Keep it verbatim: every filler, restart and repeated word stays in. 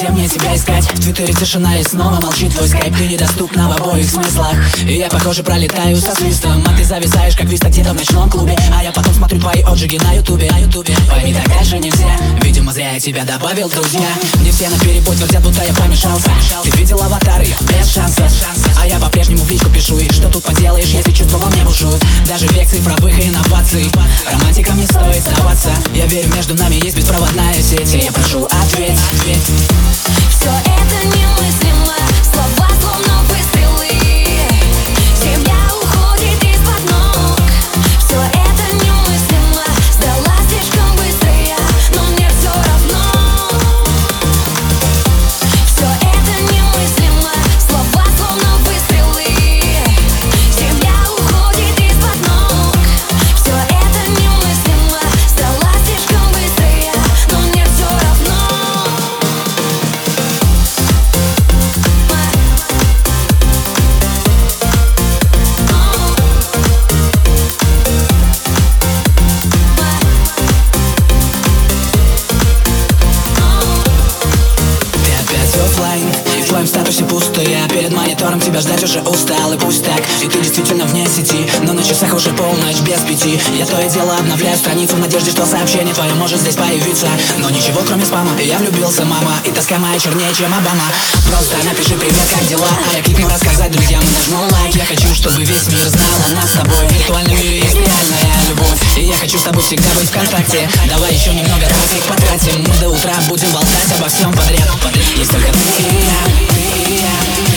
мне тебя искать? В твиттере тишина и снова молчит твой скайп. Ты недоступна в обоих смыслах, и я, похоже, пролетаю со свистом. А ты зависаешь, как виста где-то в ночном клубе, а я потом смотрю твои отжиги на ютубе, на ютубе. Пойми, так дальше нельзя, видимо, зря я тебя добавил в друзья. Мне все наперебой твердят, будто я помешался. Ты видел аватар, ее без шанса, а я по-прежнему в личку пишу. И что тут поделаешь, если чувства во мне бушуют? Даже век цифровых инноваций, романтикам не стоит сдаваться. Я верю, между нами есть беспроводная сеть, и я прошу, ответь, ответь. Все это немыслимо, слова словно выстрелы. Земля уходит из-под ног. Все это немыслимо, сдала слишком быстро я, но мне все равно. Все это немыслимо, слова словно выстрелы. Земля уходит из-под ног. Все это немыслимо, сдала слишком быстро я, но мне все равно. И в твоем статусе пусто, я перед монитором тебя ждать уже устал. И пусть так, и ты действительно вне сети, но на часах уже полночь без пяти. Я то и дело обновляю страницу в надежде, что сообщение твое может здесь появиться. Но ничего кроме спама, я влюбился, мама, и тоска моя чернее, чем Обама. Просто напиши привет, как дела, а я кликну рассказать друзьям и нажму лайк. Я хочу, чтобы весь мир знал о нас с тобой. В виртуальном мире есть реальная любовь, и я хочу с тобой всегда быть в контакте. Давай еще немного трафик потратим, мы до утра будем болтать обо всем подряд. Есть только ты и я, ты и я.